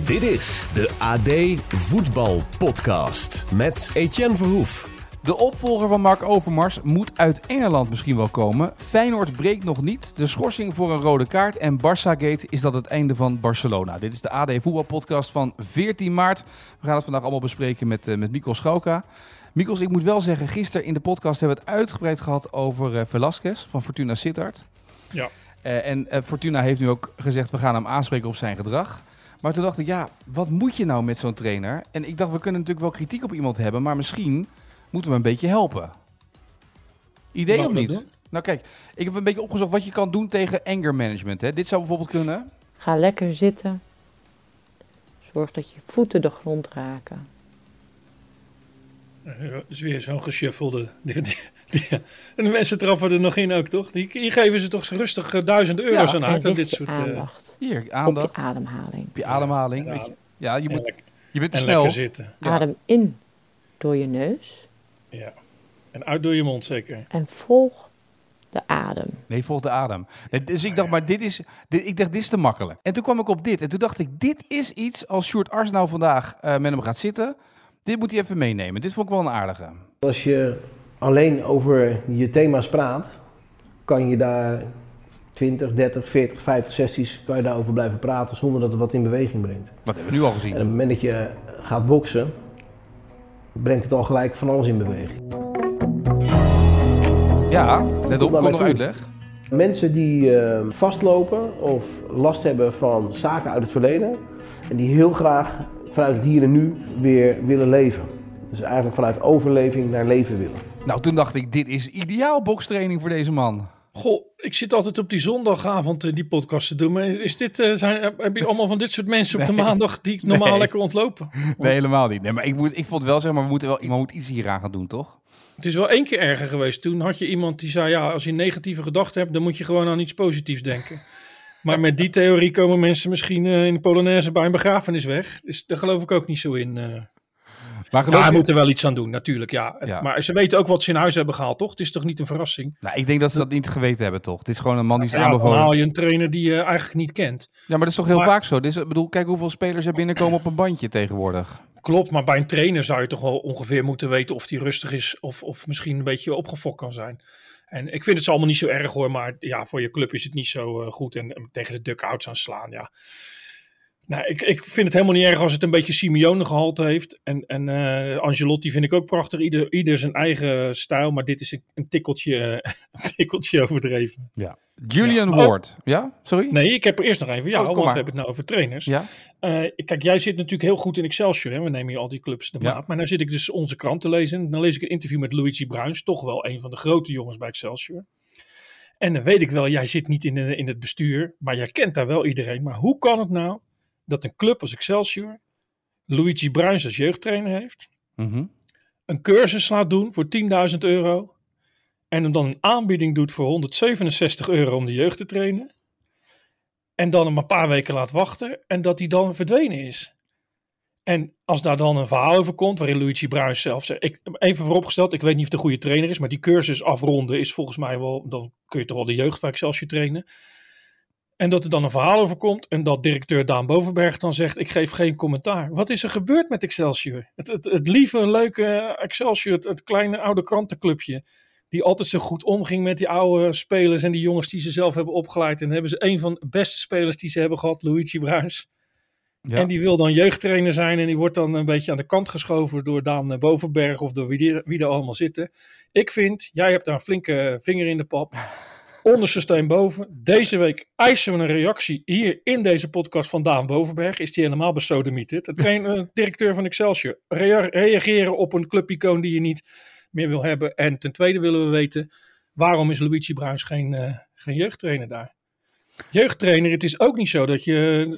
Dit is de AD Voetbal Podcast met Etienne Verhoef. De opvolger van Mark Overmars moet uit Engeland misschien wel komen. Feyenoord breekt nog niet. De schorsing voor een rode kaart en Barça-gate is dat het einde van Barcelona. Dit is de AD Voetbal Podcast van 14 maart. We gaan het vandaag allemaal bespreken met Mikos Schauka. Mikos, ik moet wel zeggen, gisteren in de podcast hebben we het uitgebreid gehad over Velasquez van Fortuna Sittard. Ja. En Fortuna heeft nu ook gezegd, we gaan hem aanspreken op zijn gedrag. Maar toen dacht ik, ja, wat moet je nou met zo'n trainer? En ik dacht, we kunnen natuurlijk wel kritiek op iemand hebben, maar misschien moeten we een beetje helpen. Idee of niet? Nou kijk, ik heb een beetje opgezocht wat je kan doen tegen anger management. Hè. Dit zou bijvoorbeeld kunnen. Ga lekker zitten. Zorg dat je voeten de grond raken. Dat is weer zo'n geshuffelde. En de mensen trappen er nog in ook, toch? Hier geven ze toch rustig €1000 aan uit. En Dit soort aandacht. Hier, aandacht. Op je ademhaling. Op je ademhaling. Ja. Weet je. Ja, je bent te en snel. lekker zitten. Ja. Adem in door je neus. Ja. En uit door je mond zeker. En volg de adem. Nee, volg de adem. Nee, dus ik dacht, maar dit is te makkelijk. En toen kwam ik op dit. En toen dacht ik, dit is iets als Sjoerd Ars nou vandaag met hem gaat zitten. Dit moet hij even meenemen. Dit vond ik wel een aardige. Als je alleen over je thema's praat, kan je daar 20, 30, 40, 50 sessies kan je daarover blijven praten zonder dat het wat in beweging brengt. Wat hebben we nu al gezien? En op het moment dat je gaat boksen, brengt het al gelijk van alles in beweging. Ja, let op, maar kom nog goed. uitleg. Mensen die vastlopen of last hebben van zaken uit het verleden en die heel graag vanuit het hier en nu weer willen leven. Dus eigenlijk vanuit overleving naar leven willen. Nou, toen dacht ik, dit is ideaal bokstraining voor deze man. Goh, ik zit altijd op die zondagavond die podcast te doen. Maar is dit, heb je allemaal van dit soort mensen op de maandag die normaal lekker ontlopen? Nee, helemaal niet. Nee, maar ik vond wel, zeg maar, iemand moet iets hieraan gaan doen, toch? Het is wel 1 keer erger geweest. Toen had je iemand die zei, ja, als je negatieve gedachten hebt, dan moet je gewoon aan iets positiefs denken. Maar met die theorie komen mensen misschien in de Polonaise bij een begrafenis weg. Dus daar geloof ik ook niet zo in. Maar Ja, hij moet er wel iets aan doen, natuurlijk. Ja. Ja. Maar ze weten ook wat ze in huis hebben gehaald, toch? Het is toch niet een verrassing? Nou, ik denk dat ze dat niet geweten hebben, toch? Dit is gewoon een man die is Ja, dan aanbevolen. haal je een trainer die je eigenlijk niet kent. Ja, maar dat is toch heel Maar- vaak zo? Ik bedoel, kijk hoeveel spelers er binnenkomen op een bandje tegenwoordig. Klopt, maar bij een trainer zou je toch wel ongeveer moeten weten of die rustig is of misschien een beetje opgefokt kan zijn. En ik vind het allemaal niet zo erg hoor, maar ja, voor je club is het niet zo goed. En tegen de duckouts aan slaan, ja. Nou, ik vind het helemaal niet erg als het een beetje Simeone gehalte heeft. En Ancelotti vind ik ook prachtig. Ieder zijn eigen stijl, maar dit is een tikkeltje overdreven. Ja. Julian Ja. Ward. Ja? Sorry? Nee, ik heb er eerst nog even jou, kom want maar. we hebben het nou over trainers. Ja? Kijk, jij zit natuurlijk heel goed in Excelsior. Hè? We nemen hier al die clubs de Ja. maat. Maar nou zit ik dus onze krant te lezen. Dan lees ik een interview met Luigi Bruins. Toch wel een van de grote jongens bij Excelsior. En dan weet ik wel, jij zit niet in het bestuur. Maar jij kent daar wel iedereen. Maar hoe kan het nou dat een club als Excelsior Luigi Bruins als jeugdtrainer heeft? Mhm. Een cursus laat doen voor €10.000. En hem dan een aanbieding doet voor €167 om de jeugd te trainen. En dan hem een paar weken laat wachten. En dat hij dan verdwenen is. En als daar dan een verhaal over komt. Waarin Luigi Bruins zelf zegt. Even vooropgesteld. Ik weet niet of het een goede trainer is. Maar die cursus afronden is volgens mij wel. Dan kun je toch wel de jeugd bij Excelsior trainen. En dat er dan een verhaal over komt. En dat directeur Daan Bovenberg dan zegt. Ik geef geen commentaar. Wat is er gebeurd met Excelsior? Het lieve, leuke Excelsior. Het kleine oude krantenclubje. Die altijd zo goed omging met die oude spelers en die jongens die ze zelf hebben opgeleid. En dan hebben ze een van de beste spelers die ze hebben gehad, Luigi Bruins. Ja. En die wil dan jeugdtrainer zijn en die wordt dan een beetje aan de kant geschoven door Daan Bovenberg of door wie er allemaal zitten. Ik vind, jij hebt daar een flinke vinger in de pap. Onderste steen boven. Deze week eisen we een reactie hier in deze podcast van Daan Bovenberg. Is die helemaal besodemieterd? Het directeur van Excelsior. Reageren op een clubicoon die je niet meer wil hebben. En ten tweede willen we weten, waarom is Luigi Bruins geen jeugdtrainer daar? Jeugdtrainer, het is ook niet zo dat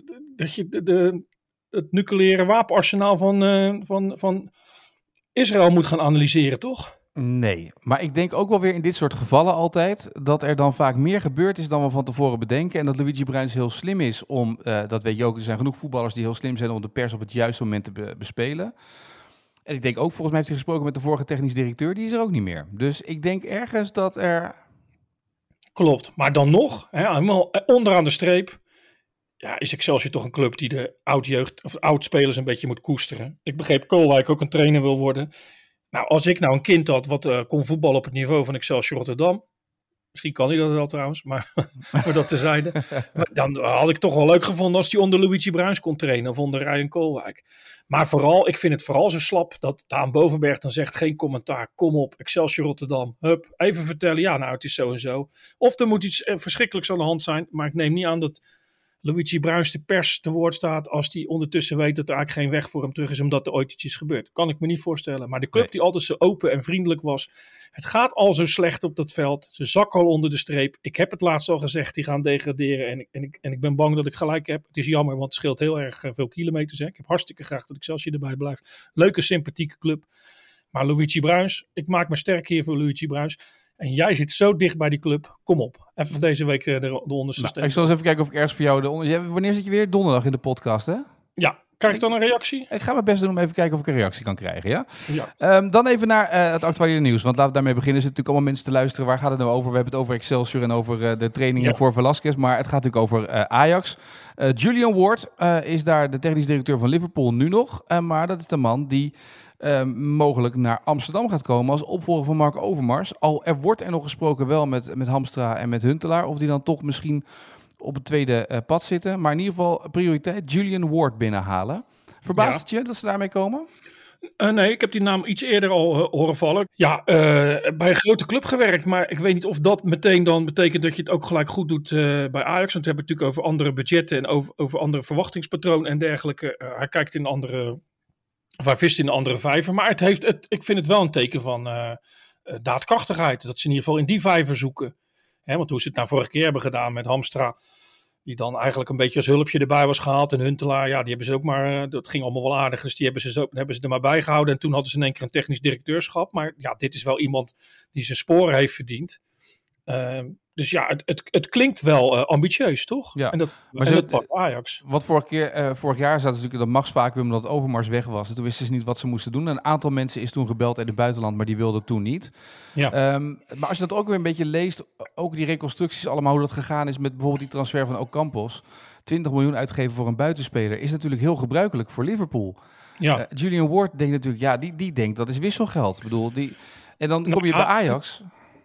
je het nucleaire wapenarsenaal van Israël moet gaan analyseren, toch? Nee, maar ik denk ook wel weer in dit soort gevallen altijd dat er dan vaak meer gebeurd is dan we van tevoren bedenken. En dat Luigi Bruins heel slim is om, dat weet je ook, er zijn genoeg voetballers die heel slim zijn om de pers op het juiste moment te bespelen. En ik denk ook, volgens mij heeft hij gesproken met de vorige technisch directeur, die is er ook niet meer. Dus ik denk ergens dat er... Klopt, maar dan nog, hè, helemaal onderaan de streep, is Excelsior toch een club die de oud-jeugd of oud-spelers een beetje moet koesteren. Ik begreep Koolwijk ook een trainer wil worden. Nou, als ik nou een kind had wat kon voetballen op het niveau van Excelsior Rotterdam. Misschien kan hij dat wel trouwens, maar dat terzijde. Maar dan had ik toch wel leuk gevonden als hij onder Luigi Bruins kon trainen of onder Ryan Koolwijk. Maar vooral, ik vind het vooral zo slap dat Daan Bovenberg dan zegt geen commentaar. Kom op, Excelsior Rotterdam. Hup, even vertellen, ja nou het is zo en zo. Of er moet iets verschrikkelijks aan de hand zijn. Maar ik neem niet aan dat Luigi Bruins de pers te woord staat als hij ondertussen weet dat er eigenlijk geen weg voor hem terug is omdat er ooit iets is gebeurd. Kan ik me niet voorstellen. Maar de club die altijd zo open en vriendelijk was. Het gaat al zo slecht op dat veld. Ze zakken al onder de streep. Ik heb het laatst al gezegd, die gaan degraderen. En ik ben bang dat ik gelijk heb. Het is jammer, want het scheelt heel erg veel kilometers. Hè. Ik heb hartstikke graag dat Excelsior erbij blijft. Leuke, sympathieke club. Maar Luigi Bruins, ik maak me sterk hier voor Luigi Bruins. En jij zit zo dicht bij die club. Kom op. Even van deze week de onderste steen. Ik zal eens even kijken of ik ergens voor jou wanneer zit je weer? Donderdag in de podcast, hè? Ja. Krijg ik dan een reactie? Ik ga mijn best doen om even kijken of ik een reactie kan krijgen, ja? Ja. Dan even naar het actuele nieuws. Want laten we daarmee beginnen. Er zitten natuurlijk allemaal mensen te luisteren. Waar gaat het nou over? We hebben het over Excelsior en over de trainingen voor Velasquez. Maar het gaat natuurlijk over Ajax. Julian Ward is daar de technisch directeur van Liverpool nu nog. Maar dat is de man die mogelijk naar Amsterdam gaat komen als opvolger van Mark Overmars. Al er wordt er nog gesproken wel met Hamstra en met Huntelaar. Of die dan toch misschien op het tweede pad zitten. Maar in ieder geval prioriteit Julian Ward binnenhalen. Verbaast het je dat ze daarmee komen? Nee, ik heb die naam iets eerder al horen vallen. Ja, bij een grote club gewerkt. Maar ik weet niet of dat meteen dan betekent dat je het ook gelijk goed doet bij Ajax. Want we hebben het natuurlijk over andere budgetten en over andere verwachtingspatronen en dergelijke. Hij kijkt in andere, of hij vist in een andere vijver. Maar ik vind het wel een teken van daadkrachtigheid. Dat ze in ieder geval in die vijver zoeken. Want hoe ze het nou vorige keer hebben gedaan met Hamstra, die dan eigenlijk een beetje als hulpje erbij was gehaald. En Huntelaar, ja, die hebben ze ook maar, dat ging allemaal wel aardig. Dus die hebben ze er maar bij gehouden. En toen hadden ze in één keer een technisch directeurschap. Maar ja, dit is wel iemand die zijn sporen heeft verdiend. Dus ja, het klinkt wel ambitieus, toch? Ja. En dat pakt Ajax. Want vorig jaar zaten ze natuurlijk in dat machtsvacuüm dat Overmars weg was. En toen wisten ze niet wat ze moesten doen. Een aantal mensen is toen gebeld uit het buitenland, maar die wilden toen niet. Ja. Maar als je dat ook weer een beetje leest, ook die reconstructies allemaal, hoe dat gegaan is met bijvoorbeeld die transfer van Ocampos. 20 miljoen uitgeven voor een buitenspeler is natuurlijk heel gebruikelijk voor Liverpool. Ja. Julian Ward denkt natuurlijk, die denkt dat is wisselgeld. Ik bedoel, en dan kom je bij Ajax.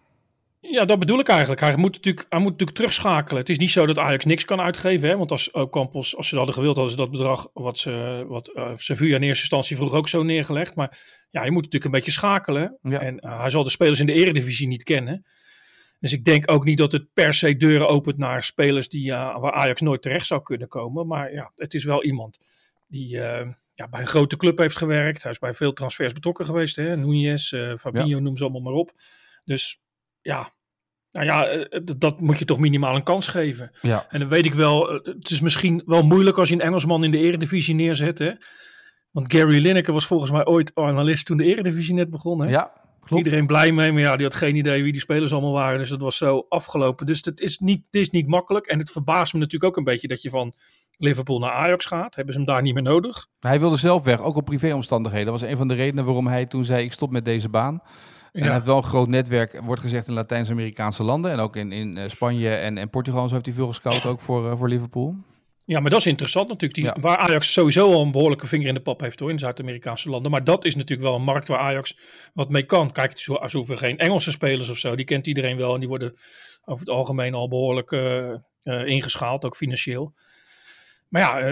Ja, dat bedoel ik eigenlijk. Hij moet natuurlijk terugschakelen. Het is niet zo dat Ajax niks kan uitgeven. Hè? Want als Ocampos, als ze dat hadden gewild, hadden ze dat bedrag wat Sevilla in eerste instantie vroeg ook zo neergelegd. Maar ja, je moet natuurlijk een beetje schakelen. Ja. En hij zal de spelers in de Eredivisie niet kennen. Dus ik denk ook niet dat het per se deuren opent naar spelers waar Ajax nooit terecht zou kunnen komen. Maar ja, het is wel iemand die bij een grote club heeft gewerkt. Hij is bij veel transfers betrokken geweest. Hè? Núñez, Fabinho, noem ze allemaal maar op. Dus ja, nou ja, dat moet je toch minimaal een kans geven. Ja. En dan weet ik wel, het is misschien wel moeilijk als je een Engelsman in de Eredivisie neerzet. Hè? Want Gary Lineker was volgens mij ooit analist toen de Eredivisie net begon. Hè? Ja, klopt. Iedereen blij mee, maar ja, die had geen idee wie die spelers allemaal waren. Dus dat was zo afgelopen. Dus het is niet makkelijk. En het verbaast me natuurlijk ook een beetje dat je van Liverpool naar Ajax gaat. Hebben ze hem daar niet meer nodig? Hij wilde zelf weg, ook op privéomstandigheden. Dat was een van de redenen waarom hij toen zei, ik stop met deze baan. En hij heeft wel een groot netwerk, wordt gezegd, in Latijns-Amerikaanse landen. En ook in Spanje en Portugal. En zo heeft hij veel gescout ook voor Liverpool. Ja, maar dat is interessant natuurlijk. Waar Ajax sowieso al een behoorlijke vinger in de pap heeft hoor, in Zuid-Amerikaanse landen. Maar dat is natuurlijk wel een markt waar Ajax wat mee kan. Kijk, ze hoeven geen Engelse spelers of zo. Die kent iedereen wel. En die worden over het algemeen al behoorlijk ingeschaald, ook financieel. Maar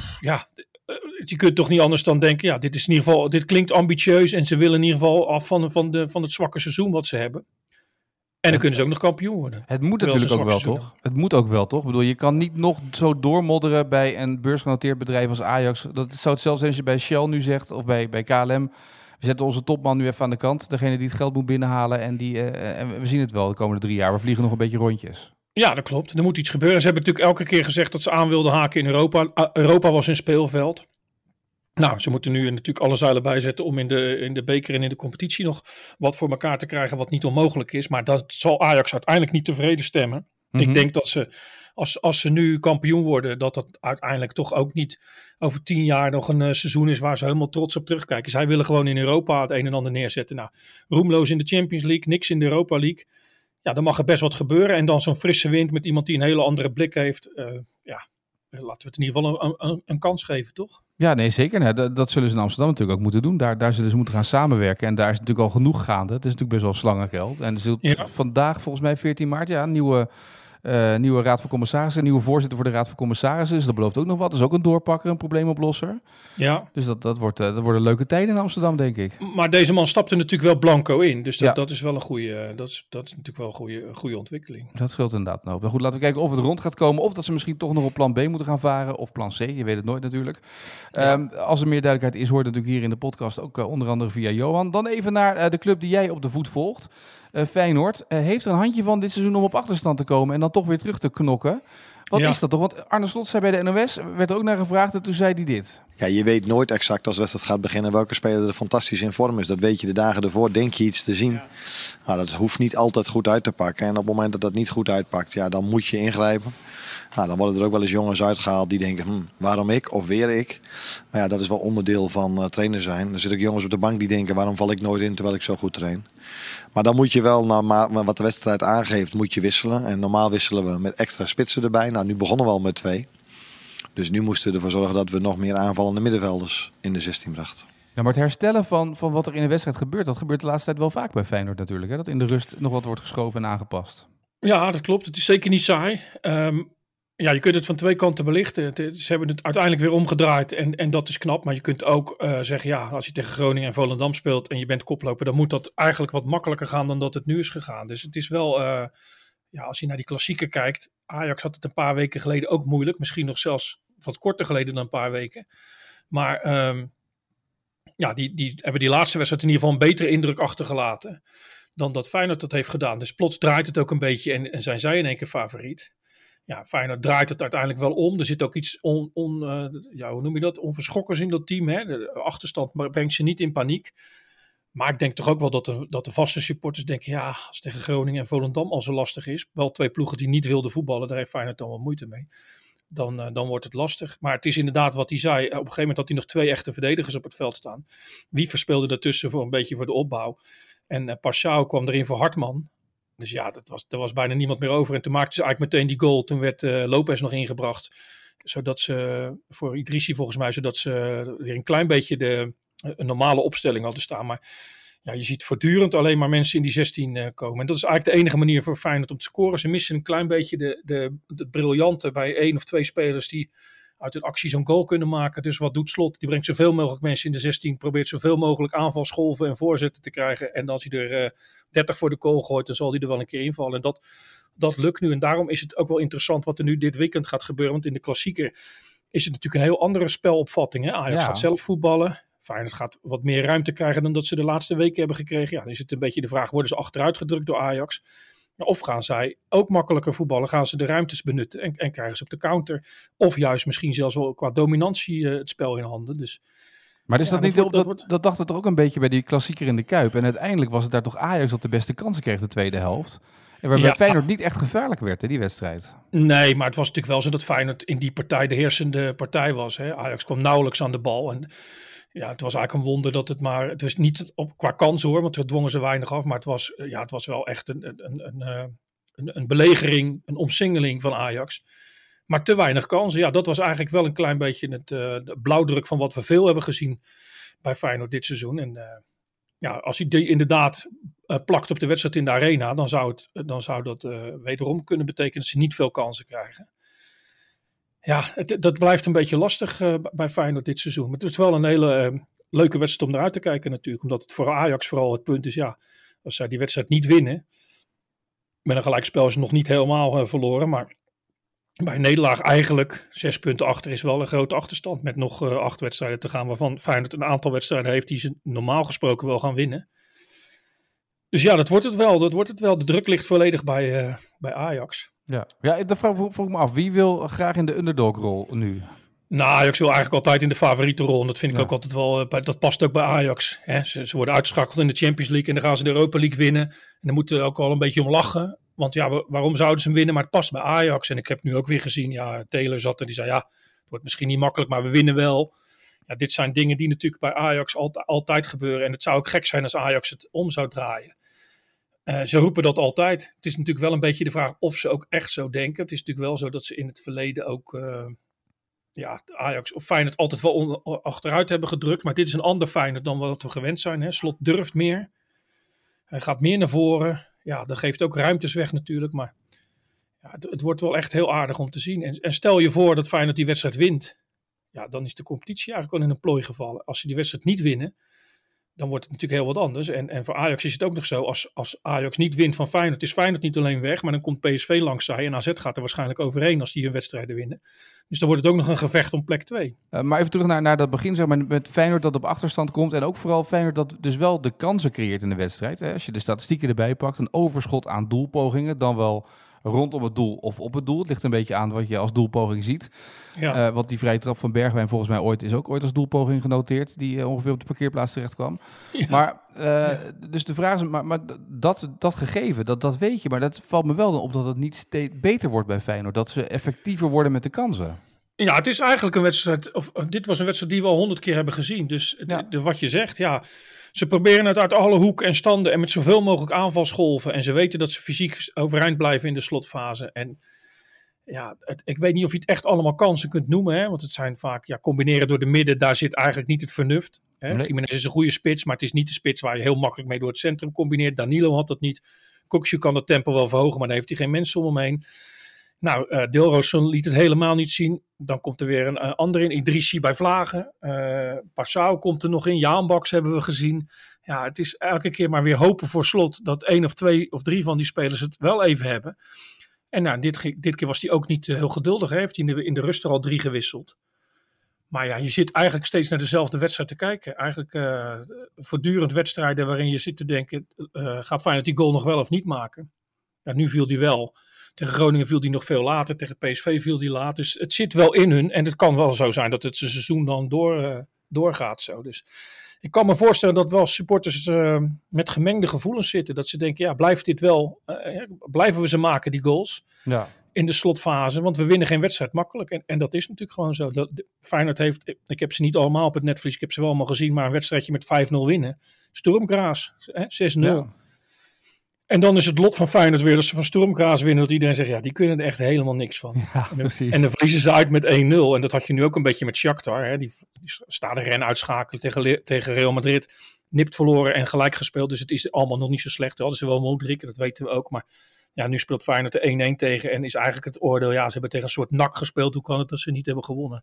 je kunt toch niet anders dan denken, ja, dit is in ieder geval, dit klinkt ambitieus en ze willen in ieder geval af van het zwakke seizoen wat ze hebben. En dan kunnen ze ook nog kampioen worden. Het moet natuurlijk ook wel, toch? Het moet ook wel, toch? Ik bedoel, je kan niet nog zo doormodderen bij een beursgenoteerd bedrijf als Ajax. Dat zou hetzelfde zijn als je bij Shell nu zegt, of bij KLM. We zetten onze topman nu even aan de kant. Degene die het geld moet binnenhalen. En we zien het wel de komende 3 jaar. We vliegen nog een beetje rondjes. Ja, dat klopt. Er moet iets gebeuren. Ze hebben natuurlijk elke keer gezegd dat ze aan wilden haken in Europa. Europa was hun speelveld. Nou, ze moeten nu natuurlijk alle zuilen bijzetten om in de beker en in de competitie nog wat voor elkaar te krijgen wat niet onmogelijk is. Maar dat zal Ajax uiteindelijk niet tevreden stemmen. Mm-hmm. Ik denk dat ze, als ze nu kampioen worden, dat uiteindelijk toch ook niet over 10 jaar nog een seizoen is waar ze helemaal trots op terugkijken. Zij willen gewoon in Europa het een en ander neerzetten. Nou, roemloos in de Champions League, niks in de Europa League. Ja, dan mag er best wat gebeuren. En dan zo'n frisse wind met iemand die een hele andere blik heeft. laten we het in ieder geval een kans geven, toch? Ja, nee, zeker. Nee, dat zullen ze in Amsterdam natuurlijk ook moeten doen. Daar zullen ze moeten gaan samenwerken. En daar is natuurlijk al genoeg gaande. Het is natuurlijk best wel slangengeld. En er zult vandaag, volgens mij 14 maart, een nieuwe raad van commissarissen. Een nieuwe voorzitter voor de raad van commissarissen. Dus dat belooft ook nog wat. Dat is ook een doorpakker, een probleemoplosser. Ja. Dus dat worden leuke tijden in Amsterdam, denk ik. Maar deze man stapte natuurlijk wel blanco in. Dus dat is wel een goede. Dat is natuurlijk wel een goede ontwikkeling. Dat scheelt inderdaad nog. Maar goed, laten we kijken of het rond gaat komen. Of dat ze misschien toch nog op plan B moeten gaan varen. Of plan C. Je weet het nooit natuurlijk. Ja. Als er meer duidelijkheid is, hoort het natuurlijk hier in de podcast. Ook onder andere via Johan. Dan even naar de club die jij op de voet volgt. Feyenoord heeft er een handje van dit seizoen om op achterstand te komen en dan toch weer terug te knokken. Wat is dat toch? Want Arne Slot zei bij de NOS, werd er ook naar gevraagd en toen zei hij dit. Ja, je weet nooit exact als de wedstrijd gaat beginnen welke speler er fantastisch in vorm is. Dat weet je de dagen ervoor, denk je iets te zien. Ja. Nou, dat hoeft niet altijd goed uit te pakken. En op het moment dat dat niet goed uitpakt, dan moet je ingrijpen. Nou, dan worden er ook wel eens jongens uitgehaald die denken, waarom ik of weer ik? Maar ja, dat is wel onderdeel van trainer zijn. Er zitten ook jongens op de bank die denken, waarom val ik nooit in terwijl ik zo goed train? Maar dan moet je wel, wat de wedstrijd aangeeft, moet je wisselen. En normaal wisselen we met extra spitsen erbij. Nou, nu begonnen we al met 2. Dus nu moesten we ervoor zorgen dat we nog meer aanvallende middenvelders in de 16 brachten. Ja, maar het herstellen van wat er in de wedstrijd gebeurt, dat gebeurt de laatste tijd wel vaak bij Feyenoord natuurlijk. Hè? Dat in de rust nog wat wordt geschoven en aangepast. Ja, dat klopt. Het is zeker niet saai. Je kunt het van 2 kanten belichten. Ze hebben het uiteindelijk weer omgedraaid en dat is knap. Maar je kunt ook zeggen, als je tegen Groningen en Volendam speelt en je bent koploper, dan moet dat eigenlijk wat makkelijker gaan dan dat het nu is gegaan. Dus het is wel, als je naar die klassieker kijkt, Ajax had het een paar weken geleden ook moeilijk. Misschien nog zelfs wat korter geleden dan een paar weken. Maar die hebben die laatste wedstrijd in ieder geval een betere indruk achtergelaten dan dat Feyenoord dat heeft gedaan. Dus plots draait het ook een beetje en zijn zij in één keer favoriet. Ja, Feyenoord draait het uiteindelijk wel om. Er zit ook iets hoe noem je dat? Onverschokkers in dat team. Hè? De achterstand brengt ze niet in paniek. Maar ik denk toch ook wel dat de vaste supporters denken, als het tegen Groningen en Volendam al zo lastig is, wel 2 ploegen die niet wilden voetballen, daar heeft Feyenoord dan wel moeite mee. Dan wordt het lastig. Maar het is inderdaad wat hij zei. Op een gegeven moment had hij nog 2 echte verdedigers op het veld staan. Wie verspeelde daartussen voor een beetje voor de opbouw? En Paschal kwam erin voor Hartman. Dus er was bijna niemand meer over. En toen maakten ze eigenlijk meteen die goal. Toen werd Lopez nog ingebracht. Zodat ze, voor Idrissi volgens mij, zodat ze weer een klein beetje een normale opstelling hadden staan. Maar je ziet voortdurend alleen maar mensen in die 16 komen. En dat is eigenlijk de enige manier voor Feyenoord om te scoren. Ze missen een klein beetje de briljante bij 1 of 2 spelers die uit een actie zo'n goal kunnen maken. Dus wat doet Slot? Die brengt zoveel mogelijk mensen in de 16. Probeert zoveel mogelijk aanvalsgolven en voorzetten te krijgen. En als hij er 30 voor de goal gooit, dan zal hij er wel een keer invallen. En dat lukt nu. En daarom is het ook wel interessant wat er nu dit weekend gaat gebeuren. Want in de klassieker is het natuurlijk een heel andere spelopvatting. Hè? Ajax gaat zelf voetballen. Feyenoord gaat wat meer ruimte krijgen dan dat ze de laatste weken hebben gekregen. Ja, dan is het een beetje de vraag, worden ze achteruit gedrukt door Ajax? Of gaan zij ook makkelijker voetballen? Gaan ze de ruimtes benutten en krijgen ze op de counter? Of juist misschien zelfs wel qua dominantie het spel in handen. Dus, maar is dat dacht het er ook een beetje bij die klassieker in de Kuip. En uiteindelijk was het daar toch Ajax dat de beste kansen kreeg de tweede helft. En waarbij Feyenoord niet echt gevaarlijk werd, hè, die wedstrijd. Nee, maar het was natuurlijk wel zo dat Feyenoord in die partij de heersende partij was. Hè. Ajax kwam nauwelijks aan de bal. En het was eigenlijk een wonder dat het was niet qua kans hoor, want er dwongen ze weinig af. Maar het was wel echt een belegering, een omsingeling van Ajax. Maar te weinig kansen. Ja, dat was eigenlijk wel een klein beetje de blauwdruk van wat we veel hebben gezien bij Feyenoord dit seizoen. En als hij die inderdaad plakt op de wedstrijd in de arena, dan zou dat wederom kunnen betekenen dat ze niet veel kansen krijgen. Ja, dat blijft een beetje lastig bij Feyenoord dit seizoen. Maar het is wel een hele leuke wedstrijd om naar uit te kijken natuurlijk. Omdat het voor Ajax vooral het punt is, als zij die wedstrijd niet winnen, met een gelijkspel is het nog niet helemaal verloren. Maar bij een nederlaag eigenlijk 6 punten achter is wel een grote achterstand. Met nog 8 wedstrijden te gaan, waarvan Feyenoord een aantal wedstrijden heeft die ze normaal gesproken wel gaan winnen. Dus dat wordt het wel. De druk ligt volledig bij Ajax. Ja, dat vroeg ik me af. Wie wil graag in de underdog-rol nu? Nou, Ajax wil eigenlijk altijd in de favoriete rol. En dat vind ik ook altijd wel, dat past ook bij Ajax. Hè? Ze worden uitgeschakeld in de Champions League en dan gaan ze de Europa League winnen. En dan moeten we ook al een beetje om lachen. Want waarom zouden ze hem winnen? Maar het past bij Ajax. En ik heb nu ook weer gezien, Taylor zat er, die zei het wordt misschien niet makkelijk, maar we winnen wel. Ja, dit zijn dingen die natuurlijk bij Ajax altijd gebeuren. En het zou ook gek zijn als Ajax het om zou draaien. Ze roepen dat altijd. Het is natuurlijk wel een beetje de vraag of ze ook echt zo denken. Het is natuurlijk wel zo dat ze in het verleden ook Ajax of Feyenoord altijd wel achteruit hebben gedrukt. Maar dit is een ander Feyenoord dan wat we gewend zijn. Hè. Slot durft meer. Hij gaat meer naar voren. Ja, dat geeft ook ruimtes weg natuurlijk. Maar ja, het wordt wel echt heel aardig om te zien. En stel je voor dat Feyenoord die wedstrijd wint. Ja, dan is de competitie eigenlijk wel in een plooi gevallen. Als ze die wedstrijd niet winnen, dan wordt het natuurlijk heel wat anders. En voor Ajax is het ook nog zo. Als Ajax niet wint van Feyenoord, is Feyenoord niet alleen weg. Maar dan komt PSV langs zij. En AZ gaat er waarschijnlijk overheen als die hun wedstrijden winnen. Dus dan wordt het ook nog een gevecht om plek 2. Maar even terug naar dat begin, zeg maar, met Feyenoord dat op achterstand komt. En ook vooral Feyenoord dat dus wel de kansen creëert in de wedstrijd. Als je de statistieken erbij pakt, een overschot aan doelpogingen. Dan wel rondom het doel of op het doel. Het ligt een beetje aan wat je als doelpoging ziet. Ja. Want die vrije trap van Bergwijn volgens mij is ook ooit als doelpoging genoteerd. Die ongeveer op de parkeerplaats terecht kwam. Ja. Maar dus de vraag is, maar dat gegeven, dat weet je. Maar dat valt me wel dan op dat het niet steeds beter wordt bij Feyenoord. Dat ze effectiever worden met de kansen. Ja, het is eigenlijk een wedstrijd, dit was een wedstrijd die we al 100 keer hebben gezien. Dus wat je zegt, ja, ze proberen het uit alle hoeken en standen en met zoveel mogelijk aanvalsgolven. En ze weten dat ze fysiek overeind blijven in de slotfase. En ja, ik weet niet of je het echt allemaal kansen kunt noemen, hè? Want het zijn vaak, combineren door de midden, daar zit eigenlijk niet het vernuft. Hè? Nee. Gimenez is een goede spits, maar het is niet de spits waar je heel makkelijk mee door het centrum combineert. Danilo had dat niet. Koksje kan het tempo wel verhogen, maar dan heeft hij geen mensen om hem heen. Nou, Dilrosun liet het helemaal niet zien. Dan komt er weer een ander in. Idrissi bij Vlagen. Passau komt er nog in. Jaan Baks hebben we gezien. Ja, het is elke keer maar weer hopen voor Slot dat 1 of 2 of 3 van die spelers het wel even hebben. En nou, dit keer was hij ook niet heel geduldig. Heeft hij in de rust er al 3 gewisseld. Maar ja, je zit eigenlijk steeds naar dezelfde wedstrijd te kijken. Eigenlijk voortdurend wedstrijden waarin je zit te denken, gaat Feyenoord die goal nog wel of niet maken? Ja, nu viel die wel. Tegen Groningen viel die nog veel later. Tegen PSV viel die laat. Dus het zit wel in hun. En het kan wel zo zijn dat het seizoen dan doorgaat zo. Dus ik kan me voorstellen dat wel supporters met gemengde gevoelens zitten. Dat ze denken, ja, blijft dit wel? Blijven we ze maken, die goals? Ja. In de slotfase. Want we winnen geen wedstrijd makkelijk. En dat is natuurlijk gewoon zo. Feyenoord heeft, ik heb ze niet allemaal op het netvlies. Ik heb ze wel allemaal gezien. Maar een wedstrijdje met 5-0 winnen. Sturm Graz, 6-0. Ja. En dan is het lot van Feyenoord weer dat ze van Sturm Graz winnen. Dat iedereen zegt, ja, die kunnen er echt helemaal niks van. Ja, precies. En dan verliezen ze uit met 1-0. En dat had je nu ook een beetje met Shakhtar. Hè. Die staat de ren uitschakelen tegen Real Madrid. Nipt verloren en gelijk gespeeld. Dus het is allemaal nog niet zo slecht. Hadden ze wel Modric, dat weten we ook. Maar ja, nu speelt Feyenoord de 1-1 tegen. En is eigenlijk het oordeel, ja, ze hebben tegen een soort NAC gespeeld. Hoe kan het dat ze niet hebben gewonnen?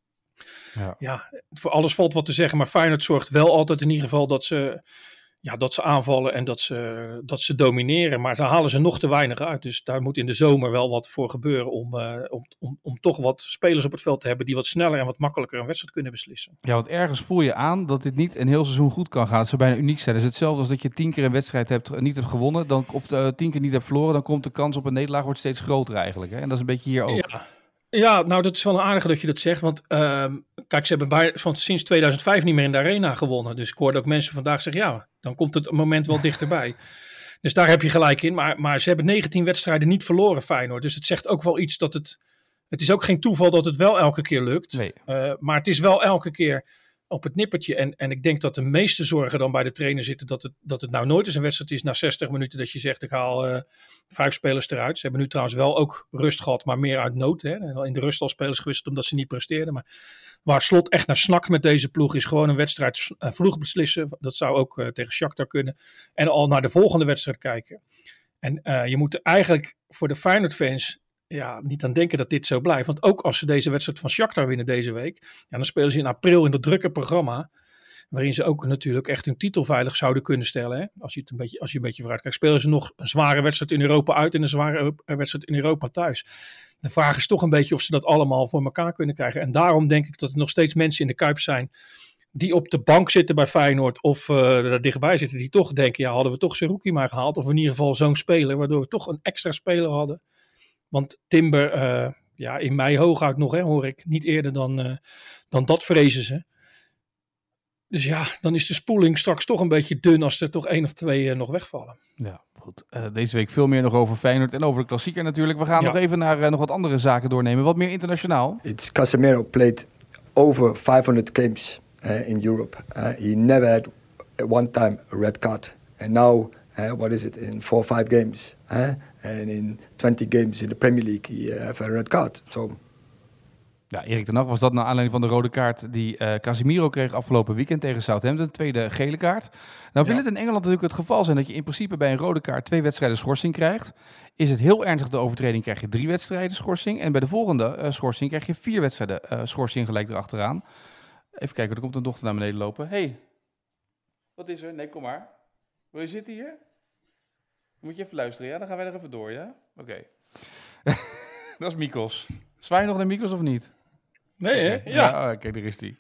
Ja, voor alles valt wat te zeggen. Maar Feyenoord zorgt wel altijd in ieder geval dat ze aanvallen en dat ze domineren. Maar daar halen ze nog te weinig uit. Dus daar moet in de zomer wel wat voor gebeuren om toch wat spelers op het veld te hebben die wat sneller en wat makkelijker een wedstrijd kunnen beslissen. Ja, want ergens voel je aan dat dit niet een heel seizoen goed kan gaan. Het zou bijna uniek zijn. Het is hetzelfde als dat je 10 keer een wedstrijd niet hebt gewonnen, of 10 keer niet hebt verloren, dan komt de kans op een nederlaag wordt steeds groter eigenlijk. Hè? En dat is een beetje hier ook. Ja, nou dat is wel een aardige dat je dat zegt. Want kijk, ze hebben sinds 2005 niet meer in de arena gewonnen. Dus ik hoorde ook mensen vandaag zeggen, ja, dan komt het moment wel dichterbij. Dus daar heb je gelijk in. Maar ze hebben 19 wedstrijden niet verloren, Feyenoord. Dus het zegt ook wel iets dat het is ook geen toeval dat het wel elke keer lukt. Nee. Maar het is wel elke keer op het nippertje. En ik denk dat de meeste zorgen dan bij de trainer zitten dat het nou nooit eens een wedstrijd is na 60 minuten dat je zegt, ik haal 5 spelers eruit. Ze hebben nu trouwens wel ook rust gehad, maar meer uit nood. Hè. In de rust al spelers gewisseld omdat ze niet presteerden. Maar waar Slot echt naar snakt met deze ploeg is gewoon een wedstrijd vroeg beslissen. Dat zou ook tegen Shakhtar kunnen. En al naar de volgende wedstrijd kijken. En je moet eigenlijk voor de Feyenoord-fans niet aan denken dat dit zo blijft. Want ook als ze deze wedstrijd van Shakhtar winnen deze week, dan spelen ze in april in dat drukke programma, waarin ze ook natuurlijk echt hun titel veilig zouden kunnen stellen. Hè? Als je een beetje vooruit kijkt, spelen ze nog een zware wedstrijd in Europa uit en een zware wedstrijd in Europa thuis. De vraag is toch een beetje of ze dat allemaal voor elkaar kunnen krijgen. En daarom denk ik dat er nog steeds mensen in de Kuip zijn die op de bank zitten bij Feyenoord of er dichtbij zitten, die toch denken, ja, hadden we toch Seruki maar gehaald, of in ieder geval zo'n speler, waardoor we toch een extra speler hadden. Want Timber, in mei hooguit nog, hoor ik. Niet eerder dan dat vrezen ze. Dus ja, dan is de spoeling straks toch een beetje dun als er toch 1 of 2 nog wegvallen. Ja, goed. Deze week veel meer nog over Feyenoord en over de klassieker natuurlijk. We gaan nog even naar nog wat andere zaken doornemen. Wat meer internationaal. Casemiro played over 500 games in Europe. He never had one time a red card. And now, what is it, in 4 or 5 games? And in 20 games in the Premier League, he have a red card. So Ja, Erik ten Hag was dat naar aanleiding van de rode kaart die Casemiro kreeg afgelopen weekend tegen Southampton. Tweede gele kaart. Nou wil het in Engeland natuurlijk het geval zijn dat je in principe bij een rode kaart 2 wedstrijden schorsing krijgt. Is het heel ernstig de overtreding, krijg je 3 wedstrijden schorsing. En bij de volgende schorsing krijg je 4 wedstrijden schorsing gelijk erachteraan. Even kijken, er komt een dochter naar beneden lopen. Hey, wat is er? Nee, kom maar. Wil je zitten hier? Moet je even luisteren, ja? Dan gaan wij er even door, ja? Oké. Dat is Mikos. Zwaai je nog naar Mikos of niet? Nee, hè? Okay. Ja. Kijk, daar is die.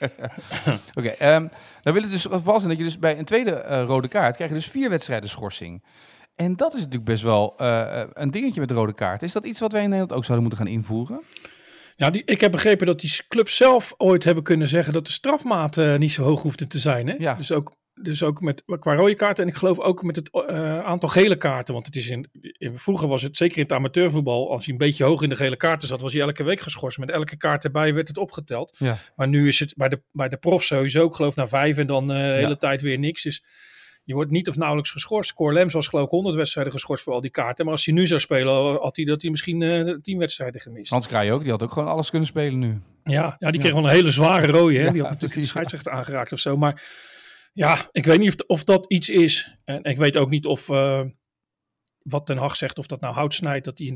Oké, dan wil het dus geval zijn dat je dus bij een tweede rode kaart krijg je dus 4 wedstrijden schorsing. En dat is natuurlijk best wel een dingetje met de rode kaart. Is dat iets wat wij in Nederland ook zouden moeten gaan invoeren? Ja, ik heb begrepen dat die clubs zelf ooit hebben kunnen zeggen dat de strafmaat niet zo hoog hoefde te zijn. Hè? Ja. Dus ook qua rode kaarten en ik geloof ook met het aantal gele kaarten. Want het is vroeger was het, zeker in het amateurvoetbal, als hij een beetje hoog in de gele kaarten zat, was hij elke week geschorst. Met elke kaart erbij werd het opgeteld. Ja. Maar nu is het bij de profs sowieso, ik geloof na 5 en dan de hele tijd weer niks. Dus je wordt niet of nauwelijks geschorst. Cor Lems was geloof ik 100 wedstrijden geschorst voor al die kaarten. Maar als hij nu zou spelen, had hij misschien 10 wedstrijden gemist. Hans Kraaij ook, die had ook gewoon alles kunnen spelen nu. Ja, die kreeg wel een hele zware rode. Hè? Die had natuurlijk de scheidsrechter aangeraakt of zo. Maar ja, ik weet niet of dat iets is. En ik weet ook niet of wat Ten Hag zegt, of dat nou hout snijdt. Dat hij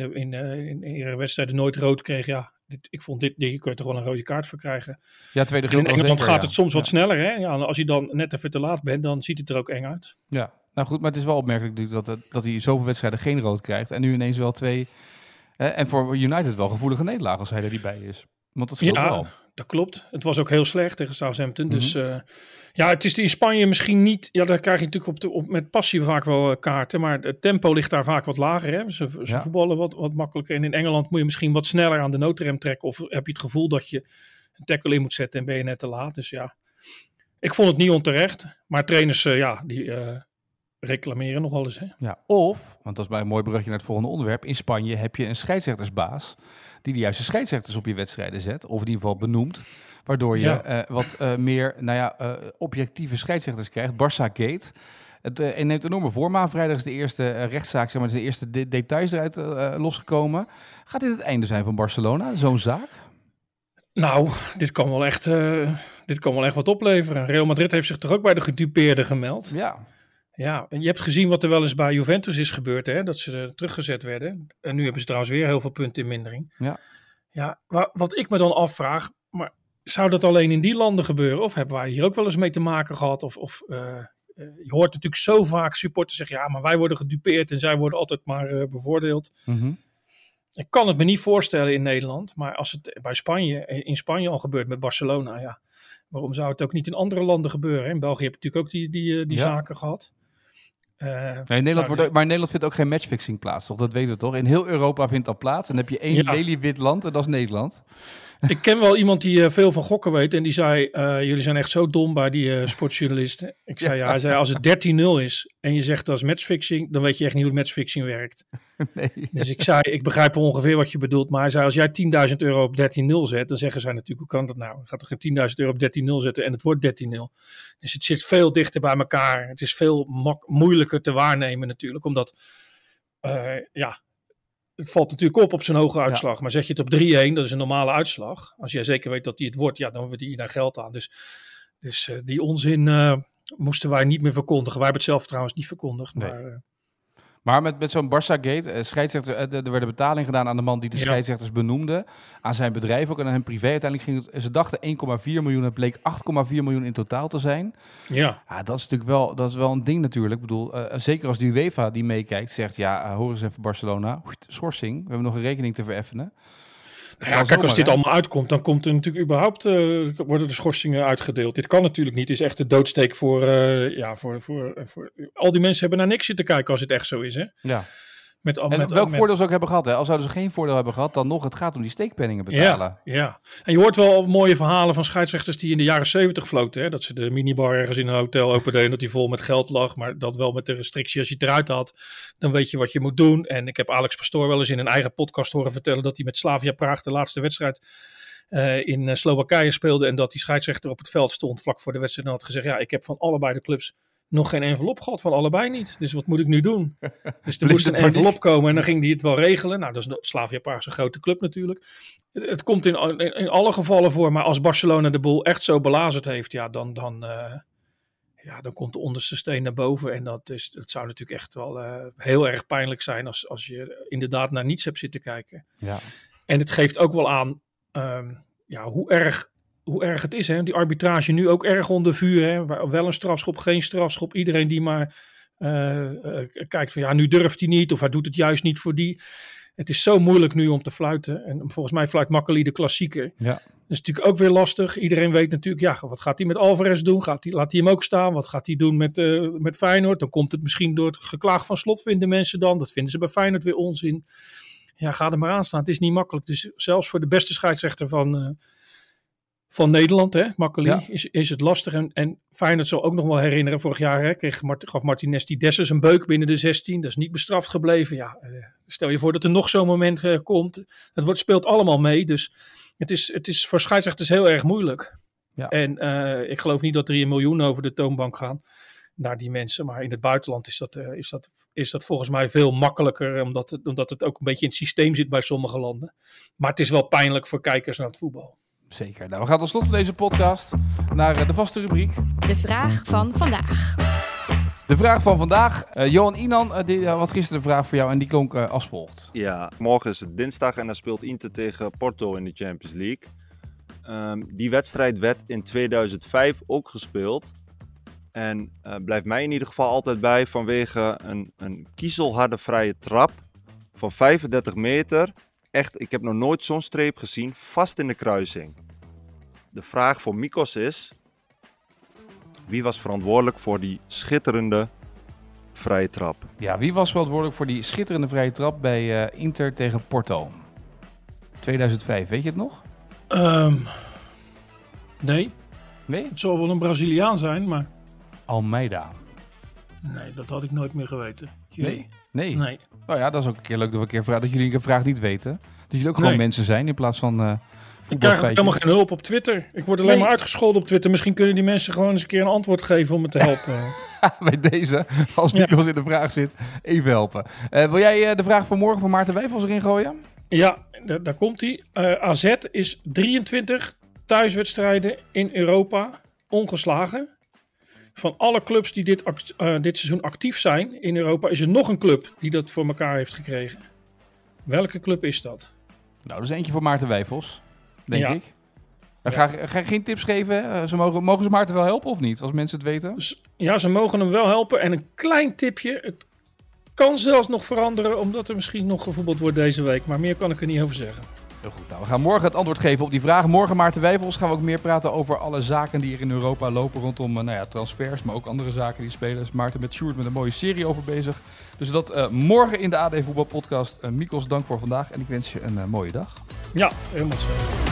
in wedstrijden nooit rood kreeg. Ja, ik vond dit kun je toch wel een rode kaart voor krijgen. Ja, tweede geel. In Engeland gaat het soms wat sneller. Hè? Ja, als je dan net even te laat bent, dan ziet het er ook eng uit. Ja, nou goed, maar het is wel opmerkelijk dat hij zoveel wedstrijden geen rood krijgt. En nu ineens wel 2. En voor United wel gevoelige nederlaag als hij er niet bij is. Want dat scheelt wel. Dat klopt. Het was ook heel slecht tegen Southampton. Mm-hmm. Dus het is in Spanje misschien niet. Ja, daar krijg je natuurlijk met passie vaak wel kaarten. Maar het tempo ligt daar vaak wat lager. Hè? Ze voetballen wat makkelijker. En in Engeland moet je misschien wat sneller aan de noodrem trekken. Of heb je het gevoel dat je een tackle in moet zetten en ben je net te laat. Dus ja, ik vond het niet onterecht. Maar trainers, die reclameren nog wel eens. Hè? Ja, of, want dat is bij een mooi brugje naar het volgende onderwerp. In Spanje heb je een scheidsrechtersbaas die de juiste scheidsrechters op je wedstrijden zet. Of in ieder geval benoemt. Waardoor je wat meer objectieve scheidsrechters krijgt. Barça Gate. Het neemt enorme vorm aan. Vrijdag is de eerste rechtszaak, zeg maar, de eerste details eruit losgekomen. Gaat dit het einde zijn van Barcelona, zo'n zaak? Nou, dit kan wel echt wat opleveren. Real Madrid heeft zich toch ook bij de gedupeerden gemeld. Ja. Ja, en je hebt gezien wat er wel eens bij Juventus is gebeurd, hè? Dat ze er teruggezet werden. En nu hebben ze trouwens weer heel veel punten in mindering. Ja, wat ik me dan afvraag, maar zou dat alleen in die landen gebeuren? Of hebben wij hier ook wel eens mee te maken gehad? Je hoort natuurlijk zo vaak supporters zeggen, ja, maar wij worden gedupeerd en zij worden altijd maar bevoordeeld. Mm-hmm. Ik kan het me niet voorstellen in Nederland, maar als het in Spanje al gebeurt met Barcelona, ja, waarom zou het ook niet in andere landen gebeuren? In België heb je natuurlijk ook die zaken gehad. In Nederland vindt ook geen matchfixing plaats, toch? Dat weten we toch? In heel Europa vindt dat plaats. En dan heb je één leliewit land en dat is Nederland. Ik ken wel iemand die veel van gokken weet. En die zei, jullie zijn echt zo dom bij die sportjournalisten. Ik zei, hij zei, als het 13-0 is en je zegt dat is matchfixing, dan weet je echt niet hoe matchfixing werkt. Nee. Dus ik zei, ik begrijp ongeveer wat je bedoelt. Maar hij zei, als jij €10.000 op 13-0 zet, dan zeggen zij natuurlijk, hoe kan dat nou? Je gaat toch geen €10.000 op 13-0 zetten en het wordt 13-0. Dus het zit veel dichter bij elkaar. Het is veel moeilijker te waarnemen natuurlijk, omdat, het valt natuurlijk op zo'n hoge uitslag. Ja. Maar zet je het op 3-1, dat is een normale uitslag. Als jij zeker weet dat die het wordt, ja, dan verdien je daar geld aan. Dus die onzin moesten wij niet meer verkondigen. Wij hebben het zelf trouwens niet verkondigd. Nee. Maar met zo'n Barça-gate, scheidsrechter, er werden betalingen gedaan aan de man die de scheidsrechters benoemde. Aan zijn bedrijf ook en aan hem privé. Uiteindelijk ging het, ze dachten 1,4 miljoen. Het bleek 8,4 miljoen in totaal te zijn. Ja, dat is natuurlijk wel een ding natuurlijk. Ik bedoel, zeker als de UEFA die meekijkt zegt, ja, hoor eens even Barcelona, schorsing. We hebben nog een rekening te vereffenen. Nou ja, kijk, als dit allemaal uitkomt, dan komt er natuurlijk überhaupt, worden de schorsingen uitgedeeld. Dit kan natuurlijk niet. Het is echt de doodsteek voor al die mensen hebben naar niks zitten kijken als het echt zo is. Hè? Ja. Welk voordeel ze ook hebben gehad. Hè? Al zouden ze geen voordeel hebben gehad, dan nog, het gaat om die steekpenningen betalen. Ja. En je hoort wel mooie verhalen van scheidsrechters die in de jaren 70 floten. Hè? Dat ze de minibar ergens in een hotel opendeden, dat die vol met geld lag. Maar dat wel met de restrictie, als je het eruit had, dan weet je wat je moet doen. En ik heb Alex Pastoor wel eens in een eigen podcast horen vertellen dat hij met Slavia Praag de laatste wedstrijd in Slowakije speelde. En dat die scheidsrechter op het veld stond vlak voor de wedstrijd en had gezegd, ja, ik heb van allebei de clubs nog geen envelop gehad van allebei niet. Dus wat moet ik nu doen? Dus er moest een envelop komen en dan ging hij het wel regelen. Nou, dat is Slavia Praag, een grote club natuurlijk. Het komt in alle gevallen voor, maar als Barcelona de boel echt zo belazerd heeft, dan komt de onderste steen naar boven. En dat zou natuurlijk echt wel heel erg pijnlijk zijn als je inderdaad naar niets hebt zitten kijken. Ja. En het geeft ook wel aan hoe erg het is. Hè? Die arbitrage nu ook erg onder vuur. Hè? Wel een strafschop, geen strafschop. Iedereen die maar kijkt van nu durft hij niet of hij doet het juist niet voor die. Het is zo moeilijk nu om te fluiten. En volgens mij fluit Makkeli de klassieker. Ja. Dat is natuurlijk ook weer lastig. Iedereen weet natuurlijk, wat gaat hij met Alvarez doen? Laat hij hem ook staan? Wat gaat hij doen met Feyenoord? Dan komt het misschien door het geklaag van Slot, vinden mensen dan. Dat vinden ze bij Feyenoord weer onzin. Ja, ga er maar aan staan. Het is niet makkelijk. Dus zelfs voor de beste scheidsrechter van Nederland, hè, Makkeli, is het lastig. En Feyenoord zal ook nog wel herinneren, vorig jaar gaf Martinez die Dessers een beuk binnen de 16. Dat is niet bestraft gebleven. Ja, stel je voor dat er nog zo'n moment komt. Het speelt allemaal mee, dus het is voor scheidsrechters heel erg moeilijk. Ja. En ik geloof niet dat er 1 miljoen over de toonbank gaan naar die mensen. Maar in het buitenland is dat volgens mij veel makkelijker, omdat het ook een beetje in het systeem zit bij sommige landen. Maar het is wel pijnlijk voor kijkers naar het voetbal. Zeker. Nou, we gaan tot slot van deze podcast naar de vaste rubriek. De vraag van vandaag. De vraag van vandaag. Johan Inan, die had gisteren een vraag voor jou en die klonk als volgt. Ja, morgen is het dinsdag en dan speelt Inter tegen Porto in de Champions League. Die wedstrijd werd in 2005 ook gespeeld. En blijft mij in ieder geval altijd bij vanwege een kiezelharde vrije trap van 35 meter. Echt, ik heb nog nooit zo'n streep gezien, vast in de kruising. De vraag voor Mikos is: wie was verantwoordelijk voor die schitterende vrije trap? Ja, wie was verantwoordelijk voor die schitterende vrije trap bij Inter tegen Porto? 2005, weet je het nog? Nee. Nee? Het zal wel een Braziliaan zijn, maar... Almeida. Nee, dat had ik nooit meer geweten. Nee. Nee. Nou ja, dat is ook een keer leuk dat jullie een vraag niet weten. Dat jullie ook gewoon mensen zijn in plaats van... ik krijg helemaal geen hulp op Twitter. Ik word alleen maar uitgescholden op Twitter. Misschien kunnen die mensen gewoon eens een keer een antwoord geven om me te helpen. Bij deze, als Mikos in de vraag zit, even helpen. Wil jij de vraag van morgen van Maarten Wijfels erin gooien? Ja, daar komt hij. AZ is 23 thuiswedstrijden in Europa ongeslagen. Van alle clubs die dit seizoen actief zijn in Europa, is er nog een club die dat voor elkaar heeft gekregen. Welke club is dat? Nou, dat is eentje voor Maarten Wijfels, denk ik. Ga je geen tips geven? Mogen ze Maarten wel helpen of niet, als mensen het weten? Ja, ze mogen hem wel helpen. En een klein tipje, het kan zelfs nog veranderen, omdat er misschien nog gevoetbald wordt deze week. Maar meer kan ik er niet over zeggen. Heel goed. Nou, we gaan morgen het antwoord geven op die vraag. Morgen, Maarten Wijfels, gaan we ook meer praten over alle zaken die er in Europa lopen rondom transfers, maar ook andere zaken die spelen. Dus Maarten met Sjoerd met een mooie serie over bezig. Dus dat morgen in de AD Voetbal Podcast. Mikos, dank voor vandaag en ik wens je een mooie dag. Ja, helemaal zo.